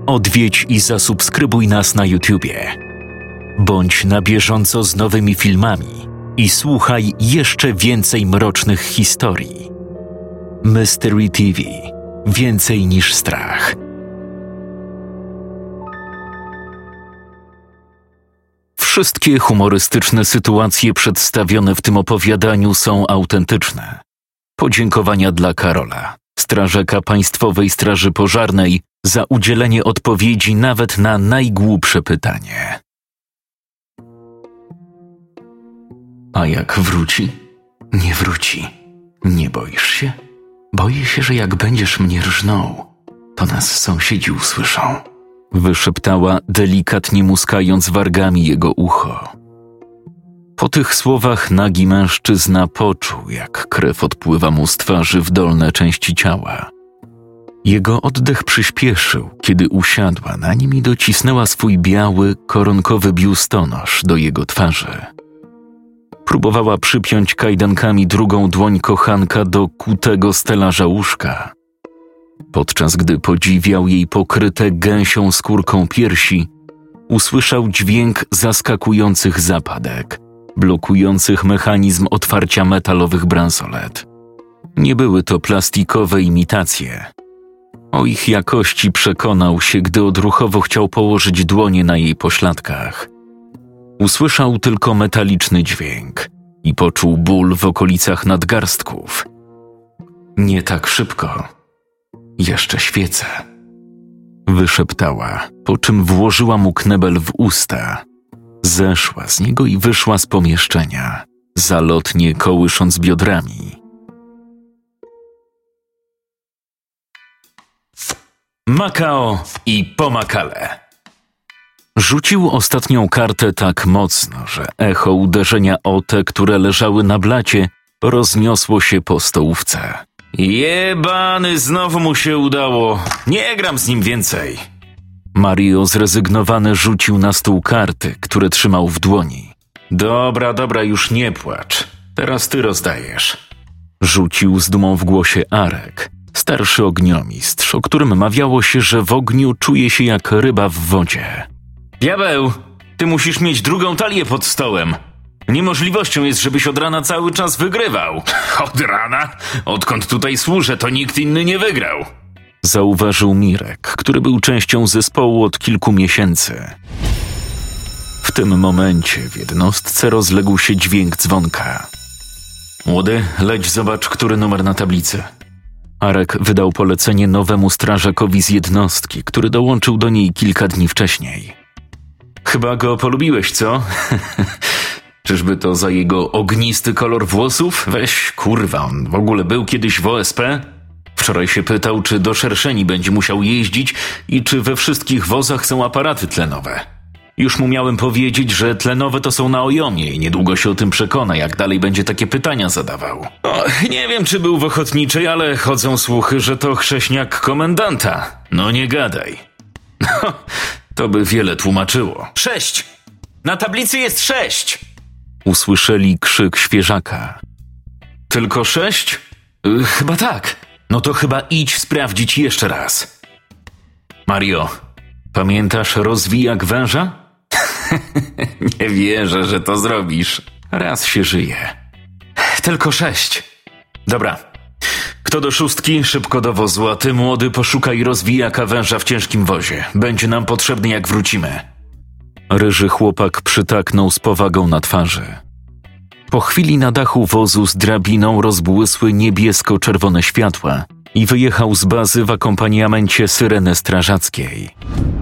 Odwiedź i zasubskrybuj nas na YouTubie. Bądź na bieżąco z nowymi filmami i słuchaj jeszcze więcej mrocznych historii. Mystery TV. Więcej niż strach. Wszystkie humorystyczne sytuacje przedstawione w tym opowiadaniu są autentyczne. Podziękowania dla Karola, strażaka Państwowej Straży Pożarnej, za udzielenie odpowiedzi nawet na najgłupsze pytanie. A jak wróci? Nie wróci. Nie boisz się? Boję się, że jak będziesz mnie rżnął, to nas sąsiedzi usłyszą. Wyszeptała, delikatnie muskając wargami jego ucho. Po tych słowach nagi mężczyzna poczuł, jak krew odpływa mu z twarzy w dolne części ciała. Jego oddech przyspieszył, kiedy usiadła na nim i docisnęła swój biały, koronkowy biustonosz do jego twarzy. Próbowała przypiąć kajdankami drugą dłoń kochanka do kutego stelaża łóżka. Podczas gdy podziwiał jej pokryte gęsią skórką piersi, usłyszał dźwięk zaskakujących zapadek, blokujących mechanizm otwarcia metalowych bransolet. Nie były to plastikowe imitacje. O ich jakości przekonał się, gdy odruchowo chciał położyć dłonie na jej pośladkach. Usłyszał tylko metaliczny dźwięk i poczuł ból w okolicach nadgarstków. Nie tak szybko. Jeszcze świecę. Wyszeptała, po czym włożyła mu knebel w usta. Zeszła z niego i wyszła z pomieszczenia, zalotnie kołysząc biodrami. Makao i Pomakale. Rzucił ostatnią kartę tak mocno, że echo uderzenia o te, które leżały na blacie, rozniosło się po stołówce. Jebany, znowu mu się udało. Nie gram z nim więcej. Mario zrezygnowany rzucił na stół karty, które trzymał w dłoni. Dobra, już nie płacz. Teraz ty rozdajesz. Rzucił z dumą w głosie Arek, starszy ogniomistrz, o którym mawiało się, że w ogniu czuje się jak ryba w wodzie. Diabeł, ty musisz mieć drugą talię pod stołem. Niemożliwością jest, żebyś od rana cały czas wygrywał. Od rana? Odkąd tutaj służę, to nikt inny nie wygrał. Zauważył Mirek, który był częścią zespołu od kilku miesięcy. W tym momencie w jednostce rozległ się dźwięk dzwonka. Młody, leć zobacz, który numer na tablicy. Arek wydał polecenie nowemu strażakowi z jednostki, który dołączył do niej kilka dni wcześniej. Chyba go polubiłeś, co? Czyżby to za jego ognisty kolor włosów? Weź, kurwa, on w ogóle był kiedyś w OSP? Wczoraj się pytał, czy do Szerszeni będzie musiał jeździć i czy we wszystkich wozach są aparaty tlenowe. Już mu miałem powiedzieć, że tlenowe to są na Ojomie i niedługo się o tym przekona, jak dalej będzie takie pytania zadawał. Nie wiem, czy był w ochotniczej, ale chodzą słuchy, że to chrześniak komendanta. No nie gadaj. To by wiele tłumaczyło. 6! Na tablicy jest 6! Usłyszeli krzyk świeżaka. Tylko 6? Chyba tak. No to chyba idź sprawdzić jeszcze raz. Mario, pamiętasz rozwijak węża? Nie wierzę, że to zrobisz. Raz się żyje. Tylko 6. Dobra. Kto do 6, szybko do wozu, a ty, młody, poszukaj rozwijaka węża w ciężkim wozie. Będzie nam potrzebny, jak wrócimy. Ryży chłopak przytaknął z powagą na twarzy. Po chwili na dachu wozu z drabiną rozbłysły niebiesko-czerwone światła i wyjechał z bazy w akompaniamencie syreny strażackiej.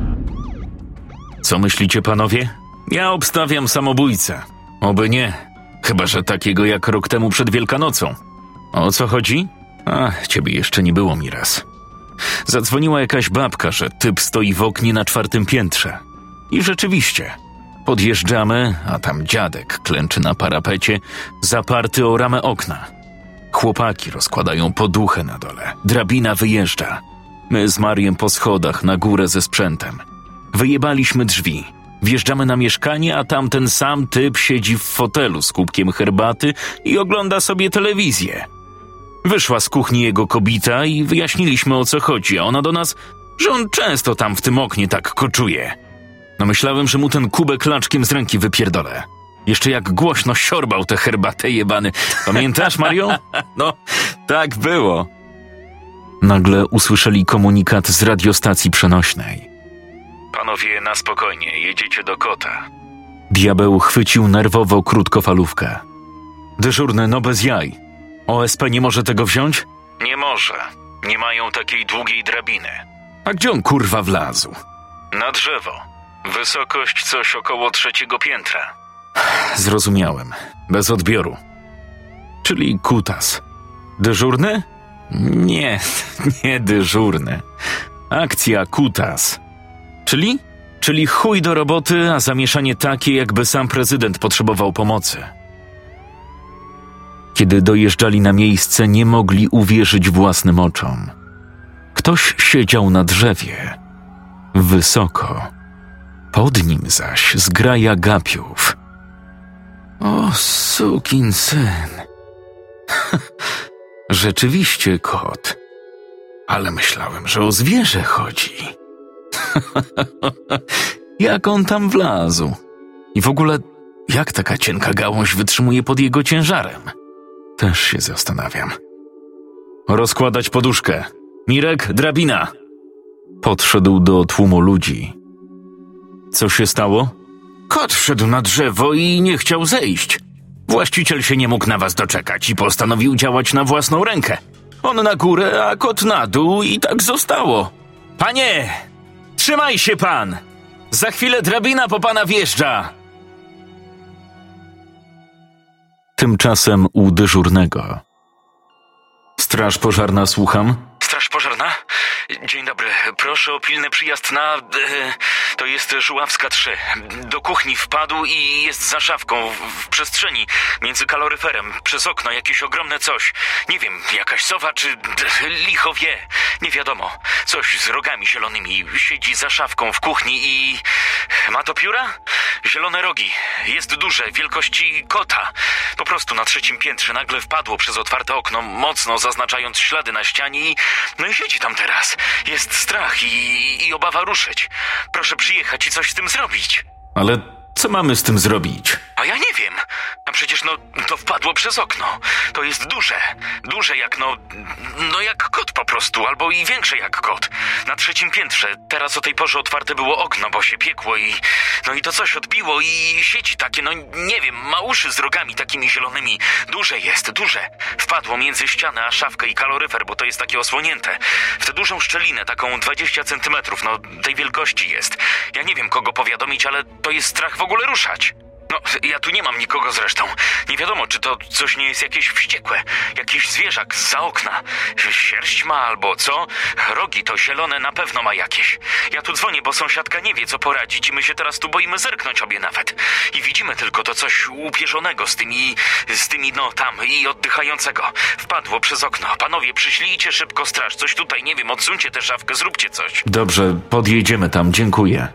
Co myślicie, panowie? Ja obstawiam samobójcę. Oby nie. Chyba że takiego jak rok temu przed Wielkanocą. O co chodzi? Ciebie jeszcze nie było mi raz. Zadzwoniła jakaś babka, że typ stoi w oknie na 4. piętrze. I rzeczywiście, podjeżdżamy, a tam dziadek klęczy na parapecie, zaparty o ramę okna. Chłopaki rozkładają poduchę na dole. Drabina wyjeżdża. My z Mariem po schodach na górę ze sprzętem. Wyjebaliśmy drzwi. Wjeżdżamy na mieszkanie, a tam ten sam typ siedzi w fotelu z kubkiem herbaty i ogląda sobie telewizję. Wyszła z kuchni jego kobita i wyjaśniliśmy, o co chodzi, a ona do nas: że on często tam w tym oknie tak koczuje. No myślałem, że mu ten kubek klaczkiem z ręki wypierdolę. Jeszcze jak głośno siorbał tę herbatę jebany. Pamiętasz, Mario? No, tak było. Nagle usłyszeli komunikat z radiostacji przenośnej. Panowie, na spokojnie, jedziecie do kota. Diabeł chwycił nerwowo krótkofalówkę. Dyżurny, no bez jaj. OSP nie może tego wziąć? Nie może. Nie mają takiej długiej drabiny. A gdzie on kurwa wlazł? Na drzewo. Wysokość coś około 3. piętra. Zrozumiałem. Bez odbioru. Czyli kutas. Dyżurny? Nie, nie dyżurny. Akcja kutas. Czyli? Czyli chuj do roboty, a zamieszanie takie, jakby sam prezydent potrzebował pomocy. Kiedy dojeżdżali na miejsce, nie mogli uwierzyć własnym oczom. Ktoś siedział na drzewie. Wysoko. Pod nim zaś zgraja gapiów. O, sukinsyn. Rzeczywiście kot. Ale myślałem, że o zwierzę chodzi. Jak on tam wlazł? I w ogóle, jak taka cienka gałąź wytrzymuje pod jego ciężarem? Też się zastanawiam. Rozkładać poduszkę. Mirek, drabina. Podszedł do tłumu ludzi. Co się stało? Kot wszedł na drzewo i nie chciał zejść. Właściciel się nie mógł na was doczekać i postanowił działać na własną rękę. On na górę, a kot na dół i tak zostało. Panie! Trzymaj się pan! Za chwilę drabina po pana wjeżdża! Tymczasem u dyżurnego. Straż pożarna, słucham? Straż pożarna? Dzień dobry. Proszę o pilny przyjazd na... To jest Żuławska 3. Do kuchni wpadł i jest za szafką, w przestrzeni, między kaloryferem. Przez okno jakieś ogromne coś. Nie wiem, jakaś sowa czy licho wie. Nie wiadomo. Coś z rogami zielonymi. Siedzi za szafką w kuchni i... Ma to pióra? Zielone rogi. Jest duże, wielkości kota. Po prostu na 3. piętrze nagle wpadło przez otwarte okno, mocno zaznaczając ślady na ścianie i... No i siedzi tam teraz. Jest strach i obawa ruszyć. Proszę przyjechać i coś z tym zrobić. Ale co mamy z tym zrobić? A ja nie wiem. A przecież to wpadło przez okno. To jest duże. Duże jak jak kot po prostu, albo i większe jak kot. Na 3. piętrze. Teraz o tej porze otwarte było okno, bo się piekło i to coś odbiło i siedzi takie, nie wiem, ma uszy z rogami takimi zielonymi. Duże jest, duże. Wpadło między ścianę a szafkę i kaloryfer, bo to jest takie osłonięte. W tę dużą szczelinę, taką 20 centymetrów, tej wielkości jest. Ja nie wiem, kogo powiadomić, ale to jest strach w ogóle ruszać. Ja tu nie mam nikogo zresztą. Nie wiadomo, czy to coś nie jest jakieś wściekłe. Jakiś zwierzak zza okna. Sierść ma albo co? Rogi to zielone na pewno ma jakieś. Ja tu dzwonię, bo sąsiadka nie wie, co poradzić i my się teraz tu boimy zerknąć obie nawet. I widzimy tylko to coś upierzonego z tymi tam i oddychającego. Wpadło przez okno. Panowie, przyślijcie szybko straż. Coś tutaj, nie wiem, odsuńcie tę szafkę, zróbcie coś. Dobrze, podjedziemy tam, dziękuję.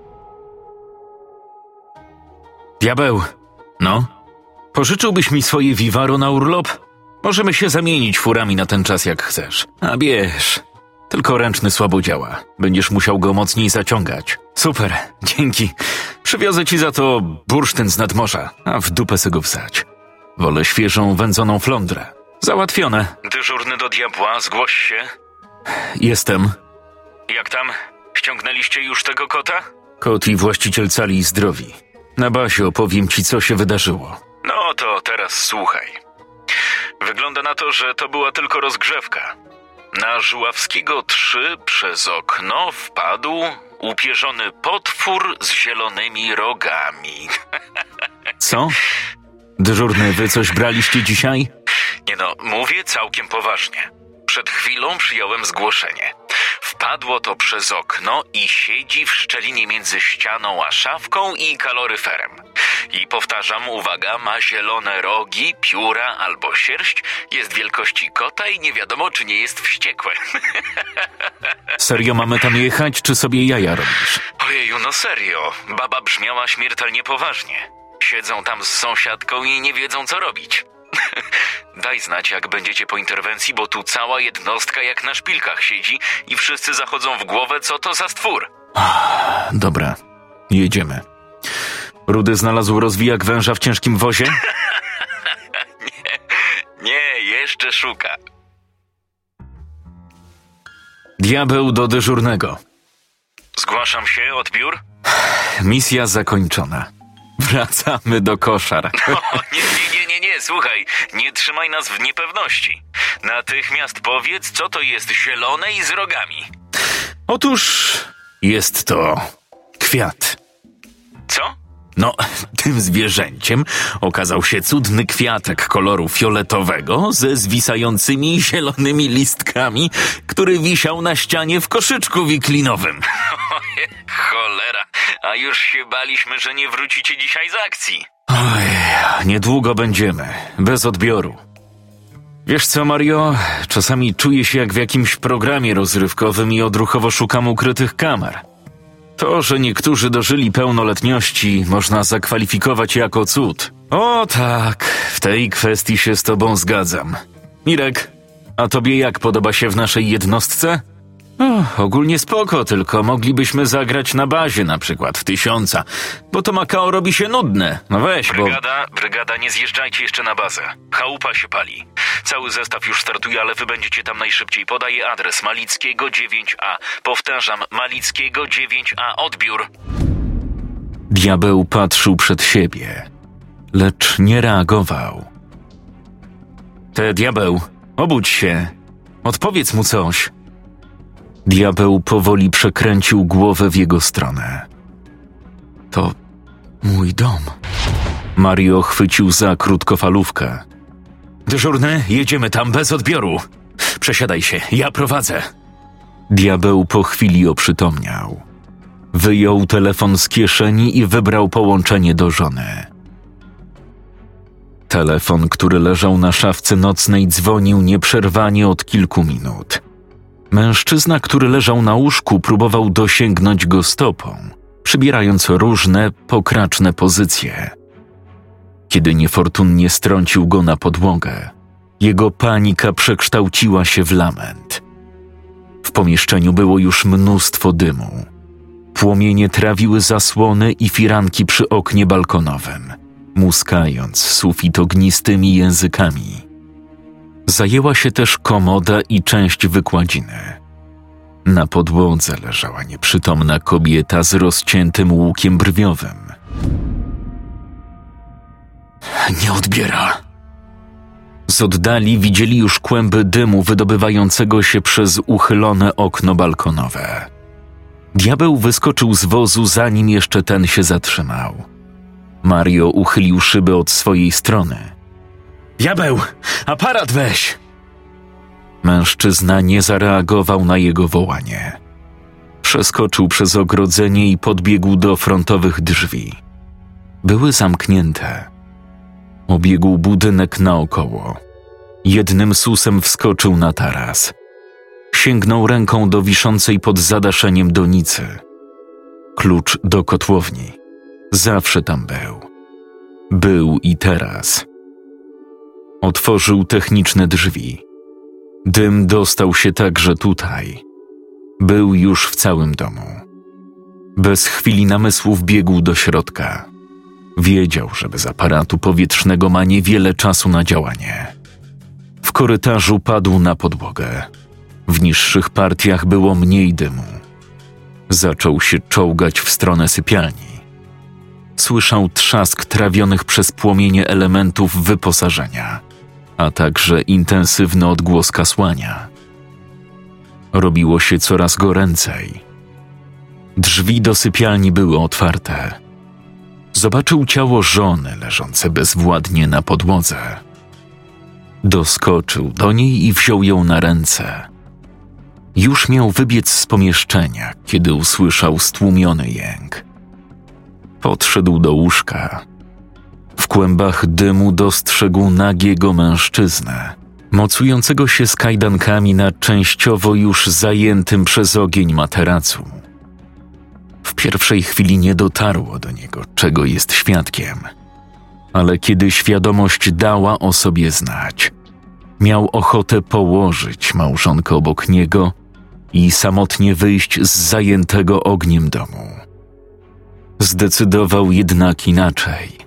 Diabeł, pożyczyłbyś mi swoje Vivaro na urlop? Możemy się zamienić furami na ten czas jak chcesz. A bierz, tylko ręczny słabo działa. Będziesz musiał go mocniej zaciągać. Super, dzięki. Przywiozę ci za to bursztyn z nadmorza, a w dupę se go wsać. Wolę świeżą, wędzoną flądrę. Załatwione. Dyżurny do diabła, zgłoś się. Jestem. Jak tam? Ściągnęliście już tego kota? Kot i właściciel cali i zdrowi. Na bazie opowiem ci, co się wydarzyło. No to teraz słuchaj. Wygląda na to, że to była tylko rozgrzewka. Na Żuławskiego 3 przez okno wpadł upierzony potwór z zielonymi rogami. Co? Dyżurny, wy coś braliście dzisiaj? Nie mówię całkiem poważnie. Przed chwilą przyjąłem zgłoszenie. Wpadło to przez okno i siedzi w szczelinie między ścianą a szafką i kaloryferem. I powtarzam, uwaga, ma zielone rogi, pióra albo sierść, jest wielkości kota i nie wiadomo, czy nie jest wściekłe. Serio mamy tam jechać, czy sobie jaja robisz? Ojeju, serio. Baba brzmiała śmiertelnie poważnie. Siedzą tam z sąsiadką i nie wiedzą, co robić. Daj znać, jak będziecie po interwencji, bo tu cała jednostka jak na szpilkach siedzi i wszyscy zachodzą w głowę, co to za stwór. Dobra, jedziemy. Rudy znalazł rozwijak węża w ciężkim wozie? Nie, jeszcze szuka. Diabeł do dyżurnego. Zgłaszam się, odbiór? Misja zakończona. Wracamy do koszar. Nie, słuchaj, nie trzymaj nas w niepewności. Natychmiast powiedz, co to jest zielone i z rogami. Otóż jest to kwiat. Co? No, tym zwierzęciem okazał się cudny kwiatek koloru fioletowego ze zwisającymi zielonymi listkami, który wisiał na ścianie w koszyczku wiklinowym. Cholera, a już się baliśmy, że nie wrócicie dzisiaj z akcji. Oj, niedługo będziemy, bez odbioru. Wiesz co, Mario? Czasami czuję się jak w jakimś programie rozrywkowym i odruchowo szukam ukrytych kamer. To, że niektórzy dożyli pełnoletności, można zakwalifikować jako cud. O tak, w tej kwestii się z tobą zgadzam. Mirek, a tobie jak podoba się w naszej jednostce? Ogólnie spoko, tylko moglibyśmy zagrać na bazie, na przykład w 1000, bo to Makao robi się nudne. No weź, Brygada, nie zjeżdżajcie jeszcze na bazę. Chałupa się pali. Cały zestaw już startuje, ale wy będziecie tam najszybciej. Podaję adres Malickiego 9A. Powtarzam, Malickiego 9A. Odbiór. Diabeł patrzył przed siebie, lecz nie reagował. Diabeł, obudź się. Odpowiedz mu coś. Diabeł powoli przekręcił głowę w jego stronę. To mój dom. Mario chwycił za krótkofalówkę. Dyżurny, jedziemy tam bez odbioru. Przesiadaj się, ja prowadzę. Diabeł po chwili oprzytomniał. Wyjął telefon z kieszeni i wybrał połączenie do żony. Telefon, który leżał na szafce nocnej, dzwonił nieprzerwanie od kilku minut. Mężczyzna, który leżał na łóżku, próbował dosięgnąć go stopą, przybierając różne, pokraczne pozycje. Kiedy niefortunnie strącił go na podłogę, jego panika przekształciła się w lament. W pomieszczeniu było już mnóstwo dymu. Płomienie trawiły zasłony i firanki przy oknie balkonowym, muskając sufit ognistymi językami. Zajęła się też komoda i część wykładziny. Na podłodze leżała nieprzytomna kobieta z rozciętym łukiem brwiowym. Nie odbiera. Z oddali widzieli już kłęby dymu wydobywającego się przez uchylone okno balkonowe. Diabeł wyskoczył z wozu, zanim jeszcze ten się zatrzymał. Mario uchylił szybę od swojej strony. Diabeł, aparat weź! Mężczyzna nie zareagował na jego wołanie. Przeskoczył przez ogrodzenie i podbiegł do frontowych drzwi. Były zamknięte. Obiegł budynek naokoło. Jednym susem wskoczył na taras. Sięgnął ręką do wiszącej pod zadaszeniem donicy. Klucz do kotłowni. Zawsze tam był. Był i teraz. Otworzył techniczne drzwi. Dym dostał się także tutaj. Był już w całym domu. Bez chwili namysłu wbiegł do środka. Wiedział, że bez aparatu powietrznego ma niewiele czasu na działanie. W korytarzu padł na podłogę. W niższych partiach było mniej dymu. Zaczął się czołgać w stronę sypialni. Słyszał trzask trawionych przez płomienie elementów wyposażenia, a także intensywny odgłos kasłania. Robiło się coraz goręcej. Drzwi do sypialni były otwarte. Zobaczył ciało żony leżące bezwładnie na podłodze. Doskoczył do niej i wziął ją na ręce. Już miał wybiec z pomieszczenia, kiedy usłyszał stłumiony jęk. Podszedł do łóżka. W kłębach dymu dostrzegł nagiego mężczyznę, mocującego się z kajdankami na częściowo już zajętym przez ogień materacu. W pierwszej chwili nie dotarło do niego, czego jest świadkiem, ale kiedy świadomość dała o sobie znać, miał ochotę położyć małżonkę obok niego i samotnie wyjść z zajętego ogniem domu. Zdecydował jednak inaczej.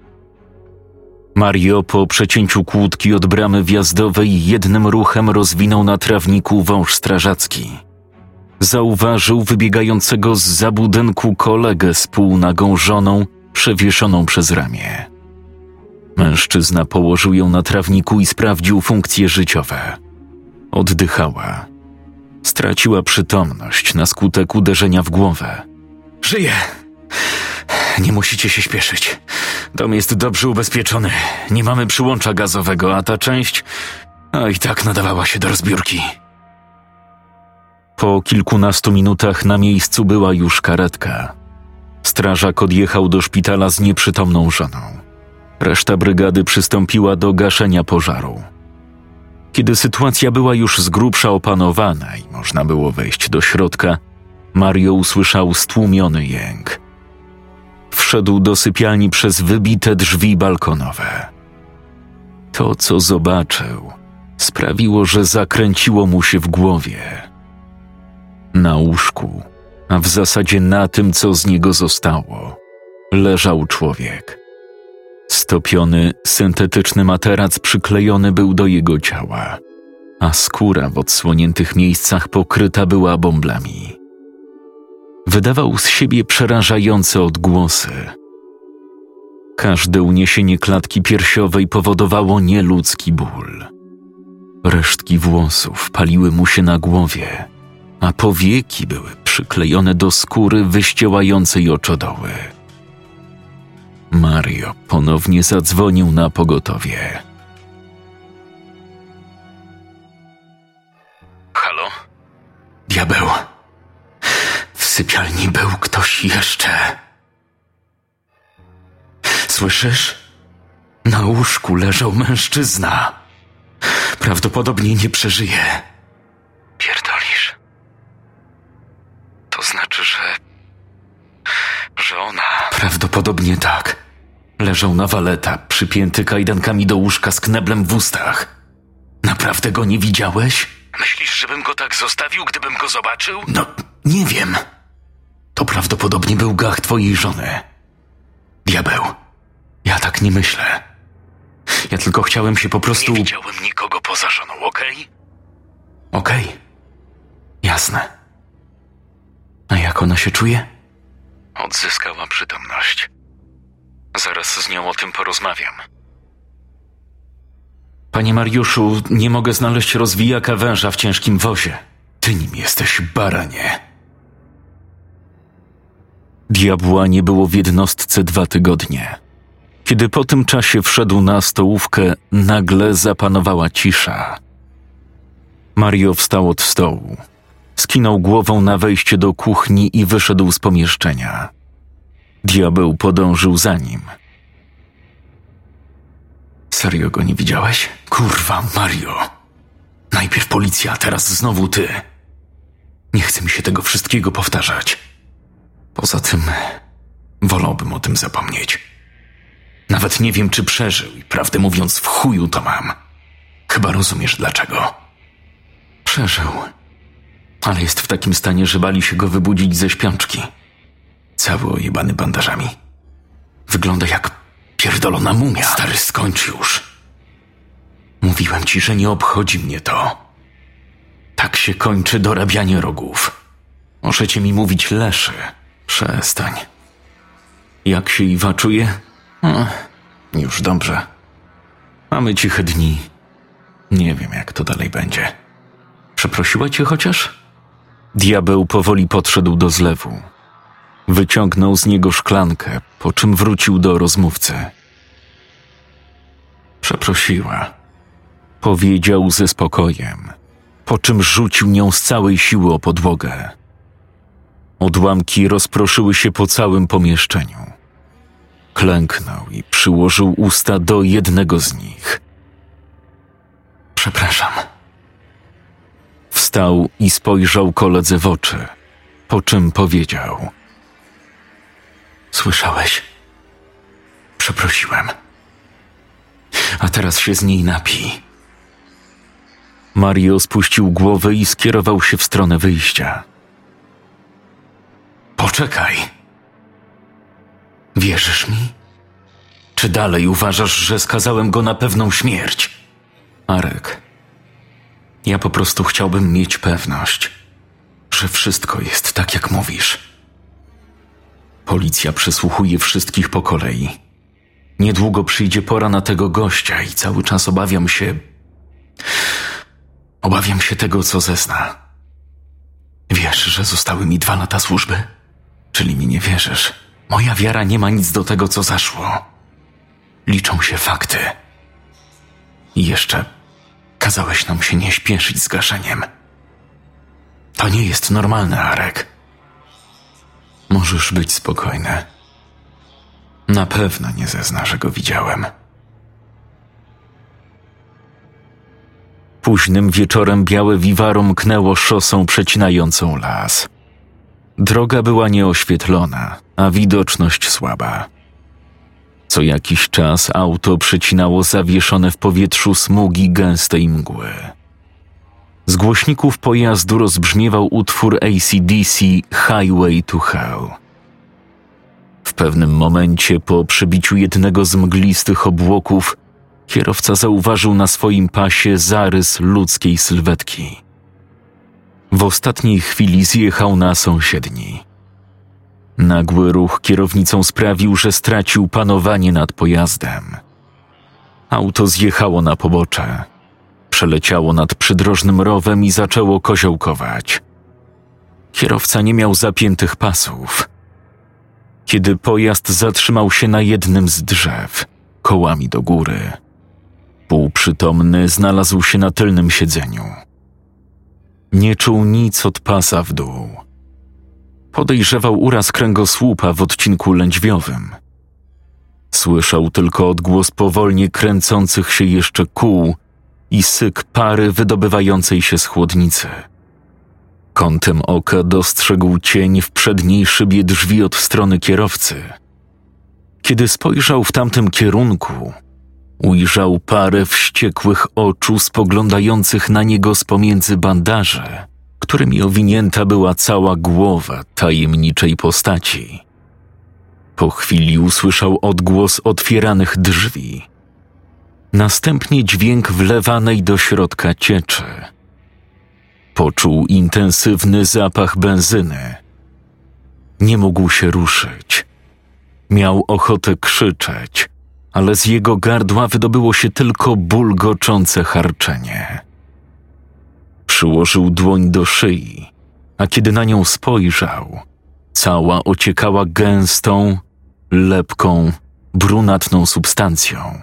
Mario po przecięciu kłódki od bramy wjazdowej jednym ruchem rozwinął na trawniku wąż strażacki. Zauważył wybiegającego z budynku kolegę z półnagą żoną przewieszoną przez ramię. Mężczyzna położył ją na trawniku i sprawdził funkcje życiowe. Oddychała. Straciła przytomność na skutek uderzenia w głowę. Żyje! Nie musicie się śpieszyć. Dom jest dobrze ubezpieczony. Nie mamy przyłącza gazowego, a ta część i tak nadawała się do rozbiórki. Po kilkunastu minutach na miejscu była już karetka. Strażak odjechał do szpitala z nieprzytomną żoną. Reszta brygady przystąpiła do gaszenia pożaru. Kiedy sytuacja była już z grubsza opanowana i można było wejść do środka, Mario usłyszał stłumiony jęk. Wszedł do sypialni przez wybite drzwi balkonowe. To, co zobaczył, sprawiło, że zakręciło mu się w głowie. Na łóżku, a w zasadzie na tym, co z niego zostało, leżał człowiek. Stopiony, syntetyczny materac przyklejony był do jego ciała, a skóra w odsłoniętych miejscach pokryta była bąblami. Wydawał z siebie przerażające odgłosy. Każde uniesienie klatki piersiowej powodowało nieludzki ból. Resztki włosów paliły mu się na głowie, a powieki były przyklejone do skóry wyściełającej oczodoły. Mario ponownie zadzwonił na pogotowie. Halo? Diabeł. W sypialni był ktoś jeszcze. Słyszysz? Na łóżku leżał mężczyzna. Prawdopodobnie nie przeżyje. Pierdolisz. To znaczy, że ona... Prawdopodobnie tak. Leżał na waleta, przypięty kajdankami do łóżka z kneblem w ustach. Naprawdę go nie widziałeś? Myślisz, żebym go tak zostawił, gdybym go zobaczył? No, nie wiem. To prawdopodobnie był gach twojej żony. Diabeł, ja tak nie myślę. Ja tylko chciałem się po prostu... Nie widziałem nikogo poza żoną, okej? Okej. Jasne. A jak ona się czuje? Odzyskała przytomność. Zaraz z nią o tym porozmawiam. Panie Mariuszu, nie mogę znaleźć rozwijaka węża w ciężkim wozie. Ty nim jesteś, baranie. Diabła nie było w jednostce 2 tygodnie. Kiedy po tym czasie wszedł na stołówkę, nagle zapanowała cisza. Mario wstał od stołu. Skinął głową na wejście do kuchni i wyszedł z pomieszczenia. Diabeł podążył za nim. Serio go nie widziałeś? Kurwa, Mario. Najpierw policja, a teraz znowu ty. Nie chce mi się tego wszystkiego powtarzać. Poza tym, wolałbym o tym zapomnieć. Nawet nie wiem, czy przeżył i prawdę mówiąc w chuju to mam. Chyba rozumiesz dlaczego. Przeżył. Ale jest w takim stanie, że bali się go wybudzić ze śpiączki. Cały ojebany bandażami. Wygląda jak pierdolona mumia. Stary, skończ już. Mówiłem ci, że nie obchodzi mnie to. Tak się kończy dorabianie rogów. Możecie mi mówić Leszy. Przestań. Jak się Iwa czuje? Już dobrze. Mamy ciche dni. Nie wiem, jak to dalej będzie. Przeprosiła cię chociaż? Diabeł powoli podszedł do zlewu. Wyciągnął z niego szklankę, po czym wrócił do rozmówcy. Przeprosiła. Powiedział ze spokojem, po czym rzucił nią z całej siły o podłogę. Odłamki rozproszyły się po całym pomieszczeniu. Klęknął i przyłożył usta do jednego z nich. Przepraszam. Wstał i spojrzał koledze w oczy, po czym powiedział. Słyszałeś? Przeprosiłem. a teraz się z niej napij. Mario spuścił głowę i skierował się w stronę wyjścia. Poczekaj. Wierzysz mi? Czy dalej uważasz, że skazałem go na pewną śmierć? Arek, ja po prostu chciałbym mieć pewność, że wszystko jest tak, jak mówisz. Policja przesłuchuje wszystkich po kolei. Niedługo przyjdzie pora na tego gościa i cały czas obawiam się tego, co zezna. Wiesz, że zostały mi 2 lata służby? Czyli mi nie wierzysz. Moja wiara nie ma nic do tego, co zaszło. Liczą się fakty. I jeszcze kazałeś nam się nie śpieszyć z gaszeniem. To nie jest normalne, Arek. Możesz być spokojny. Na pewno nie zezna, że go widziałem. Późnym wieczorem białe Vivaro mknęło szosą przecinającą las. Droga była nieoświetlona, a widoczność słaba. Co jakiś czas auto przecinało zawieszone w powietrzu smugi gęstej mgły. Z głośników pojazdu rozbrzmiewał utwór AC/DC Highway to Hell. W pewnym momencie po przebiciu jednego z mglistych obłoków kierowca zauważył na swoim pasie zarys ludzkiej sylwetki. W ostatniej chwili zjechał na sąsiedni. Nagły ruch kierownicą sprawił, że stracił panowanie nad pojazdem. Auto zjechało na pobocze. Przeleciało nad przydrożnym rowem i zaczęło koziołkować. Kierowca nie miał zapiętych pasów. Kiedy pojazd zatrzymał się na jednym z drzew, kołami do góry, półprzytomny znalazł się na tylnym siedzeniu. Nie czuł nic od pasa w dół. Podejrzewał uraz kręgosłupa w odcinku lędźwiowym. Słyszał tylko odgłos powolnie kręcących się jeszcze kół i syk pary wydobywającej się z chłodnicy. Kątem oka dostrzegł cień w przedniej szybie drzwi od strony kierowcy. Kiedy spojrzał w tamtym kierunku, ujrzał parę wściekłych oczu spoglądających na niego z pomiędzy bandaży, którymi owinięta była cała głowa tajemniczej postaci. Po chwili usłyszał odgłos otwieranych drzwi. Następnie dźwięk wlewanej do środka cieczy. Poczuł intensywny zapach benzyny. Nie mógł się ruszyć. Miał ochotę krzyczeć, ale z jego gardła wydobyło się tylko bulgoczące charczenie. Przyłożył dłoń do szyi, a kiedy na nią spojrzał, cała ociekała gęstą, lepką, brunatną substancją.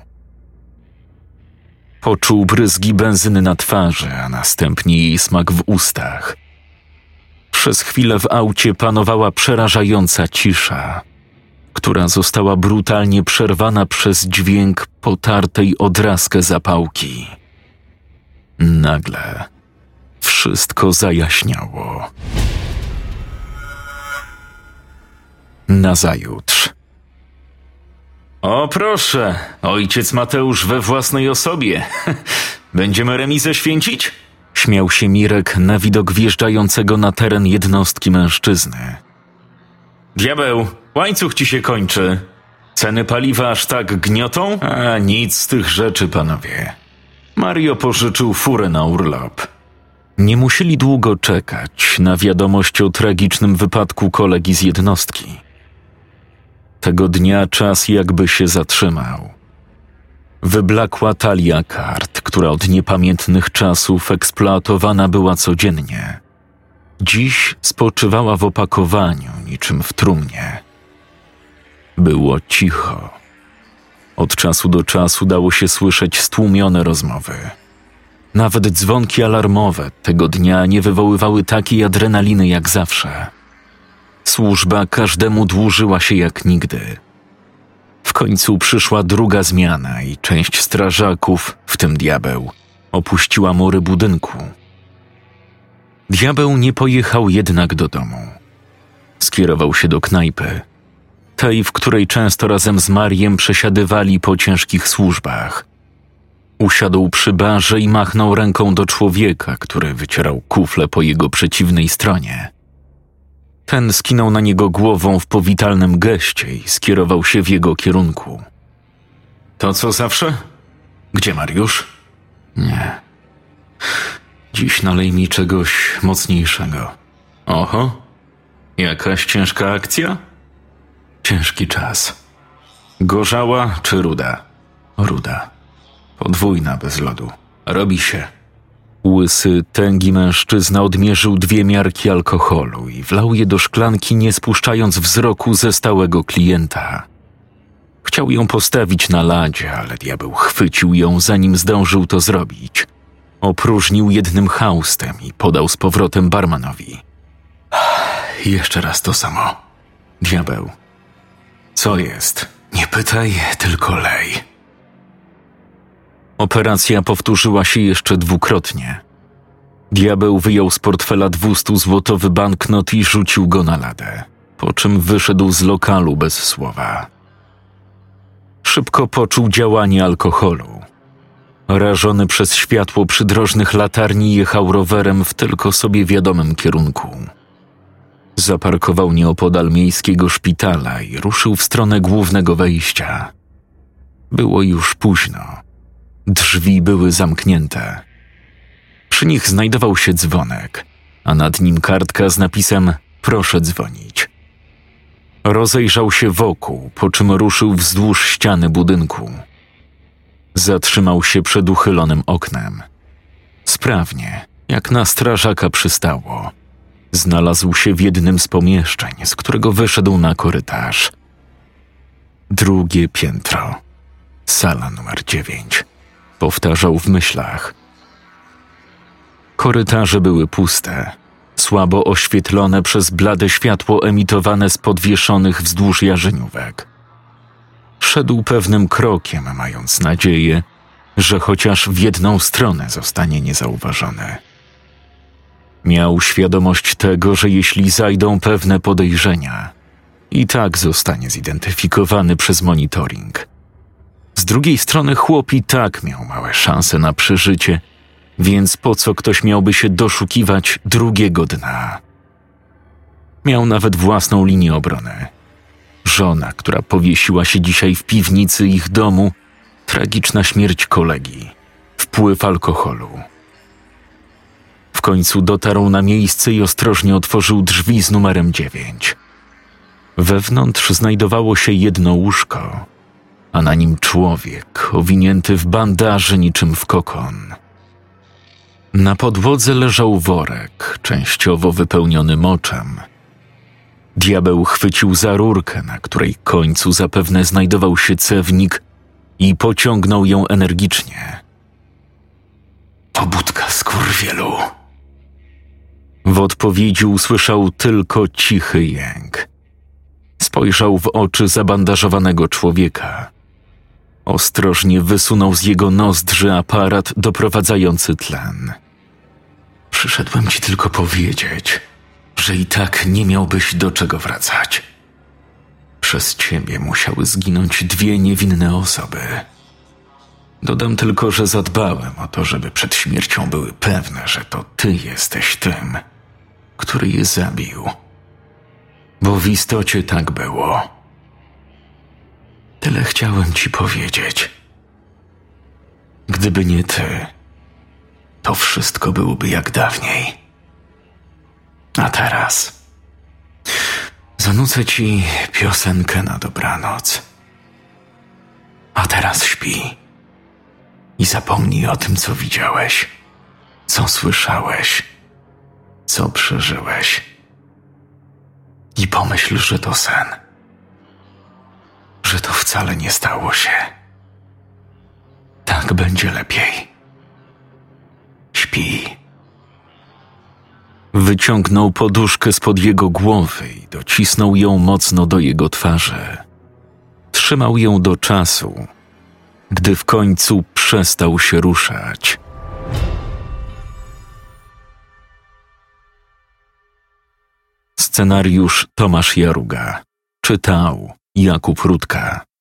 Poczuł bryzgi benzyny na twarzy, a następnie jej smak w ustach. Przez chwilę w aucie panowała przerażająca cisza, która została brutalnie przerwana przez dźwięk potartej o draskę zapałki. Nagle wszystko zajaśniało. Nazajutrz. O proszę, ojciec Mateusz we własnej osobie. Będziemy remizę święcić? Śmiał się Mirek na widok wjeżdżającego na teren jednostki mężczyzny. Diabeł, łańcuch ci się kończy. Ceny paliwa aż tak gniotą? A nic z tych rzeczy, panowie. Mario pożyczył furę na urlop. Nie musieli długo czekać na wiadomość o tragicznym wypadku kolegi z jednostki. Tego dnia czas jakby się zatrzymał. Wyblakła talia kart, która od niepamiętnych czasów eksploatowana była codziennie. Dziś spoczywała w opakowaniu, niczym w trumnie. Było cicho. Od czasu do czasu dało się słyszeć stłumione rozmowy. Nawet dzwonki alarmowe tego dnia nie wywoływały takiej adrenaliny jak zawsze. Służba każdemu dłużyła się jak nigdy. W końcu przyszła druga zmiana i część strażaków, w tym diabeł, opuściła mury budynku. Diabeł nie pojechał jednak do domu. Skierował się do knajpy, tej, w której często razem z Mariem przesiadywali po ciężkich służbach, Usiadł przy barze i machnął ręką do człowieka, który wycierał kufle po jego przeciwnej stronie. Ten skinął na niego głową w powitalnym geście i skierował się w jego kierunku. To co zawsze? Gdzie Mariusz? Nie. Dziś nalej mi czegoś mocniejszego. Oho, jakaś ciężka akcja? Ciężki czas. Gorzała czy ruda? Ruda. Podwójna bez lodu. Robi się. Łysy, tęgi mężczyzna odmierzył 2 miarki alkoholu i wlał je do szklanki, nie spuszczając wzroku ze stałego klienta. Chciał ją postawić na ladzie, ale diabeł chwycił ją, zanim zdążył to zrobić. Opróżnił jednym haustem i podał z powrotem barmanowi. Jeszcze raz to samo. Diabeł. Co jest? Nie pytaj, tylko lej. Operacja powtórzyła się jeszcze 2-krotnie. Diabeł wyjął z portfela 200-złotowy banknot i rzucił go na ladę, po czym wyszedł z lokalu bez słowa. Szybko poczuł działanie alkoholu. Rażony przez światło przydrożnych latarni jechał rowerem w tylko sobie wiadomym kierunku. Zaparkował nieopodal miejskiego szpitala i ruszył w stronę głównego wejścia. Było już późno. Drzwi były zamknięte. Przy nich znajdował się dzwonek, a nad nim kartka z napisem „Proszę dzwonić”. Rozejrzał się wokół, po czym ruszył wzdłuż ściany budynku. Zatrzymał się przed uchylonym oknem. Sprawnie, jak na strażaka przystało, znalazł się w jednym z pomieszczeń, z którego wyszedł na korytarz. 2. piętro. Sala numer 9. Powtarzał w myślach. Korytarze były puste, słabo oświetlone przez blade światło emitowane z podwieszonych wzdłuż jarzeniówek. Szedł pewnym krokiem, mając nadzieję, że chociaż w jedną stronę zostanie niezauważony. Miał świadomość tego, że jeśli zajdą pewne podejrzenia, i tak zostanie zidentyfikowany przez monitoring. Z drugiej strony chłop i tak miał małe szanse na przeżycie, więc po co ktoś miałby się doszukiwać drugiego dna? Miał nawet własną linię obrony. Żona, która powiesiła się dzisiaj w piwnicy ich domu, tragiczna śmierć kolegi, wpływ alkoholu. W końcu dotarł na miejsce i ostrożnie otworzył drzwi z numerem 9. Wewnątrz znajdowało się jedno łóżko, a na nim człowiek owinięty w bandaży niczym w kokon. Na podłodze leżał worek, częściowo wypełniony moczem. Diabeł chwycił za rurkę, na której końcu zapewne znajdował się cewnik, i pociągnął ją energicznie. Pobudka, skurwielu! W odpowiedzi usłyszał tylko cichy jęk. Spojrzał w oczy zabandażowanego człowieka. Ostrożnie wysunął z jego nozdrzy aparat doprowadzający tlen. Przyszedłem ci tylko powiedzieć, że i tak nie miałbyś do czego wracać. Przez ciebie musiały zginąć 2 niewinne osoby. Dodam tylko, że zadbałem o to, żeby przed śmiercią były pewne, że to ty jesteś tym, który je zabił. Bo w istocie tak było. Tyle chciałem ci powiedzieć. Gdyby nie ty, to wszystko byłoby jak dawniej. A teraz zanucę ci piosenkę na dobranoc. A teraz śpi i zapomnij o tym, co widziałeś, co słyszałeś, co przeżyłeś. I pomyśl, że to sen. Że to wcale nie stało się. Tak będzie lepiej. Śpi. Wyciągnął poduszkę spod jego głowy i docisnął ją mocno do jego twarzy. Trzymał ją do czasu, gdy w końcu przestał się ruszać. Scenariusz Tomasz Jaruga. Czytał Jakub Rutka.